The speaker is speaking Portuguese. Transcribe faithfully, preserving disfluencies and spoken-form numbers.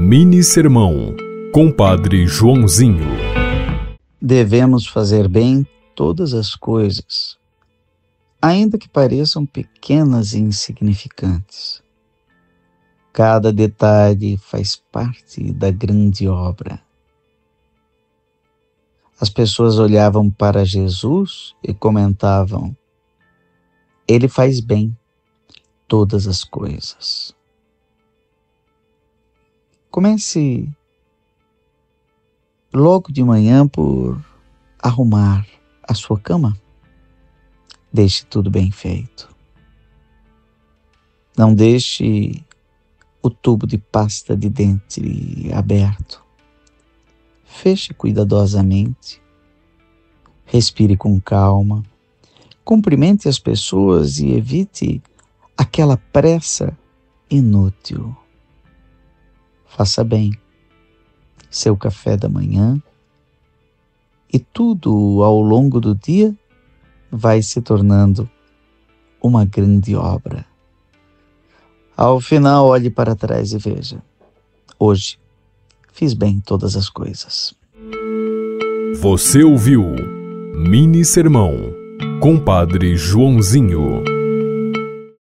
Mini Sermão, Compadre Joãozinho. Devemos fazer bem todas as coisas, ainda que pareçam pequenas e insignificantes. Cada detalhe faz parte da grande obra. As pessoas olhavam para Jesus e comentavam: Ele faz bem todas as coisas. Comece logo de manhã por arrumar a sua cama. Deixe tudo bem feito. Não deixe o tubo de pasta de dente aberto. Feche cuidadosamente. Respire com calma. Cumprimente as pessoas e evite aquela pressa inútil. Faça bem seu café da manhã e tudo ao longo do dia vai se tornando uma grande obra. Ao final, olhe para trás e veja: hoje fiz bem todas as coisas. Você ouviu Mini Sermão, Compadre Joãozinho.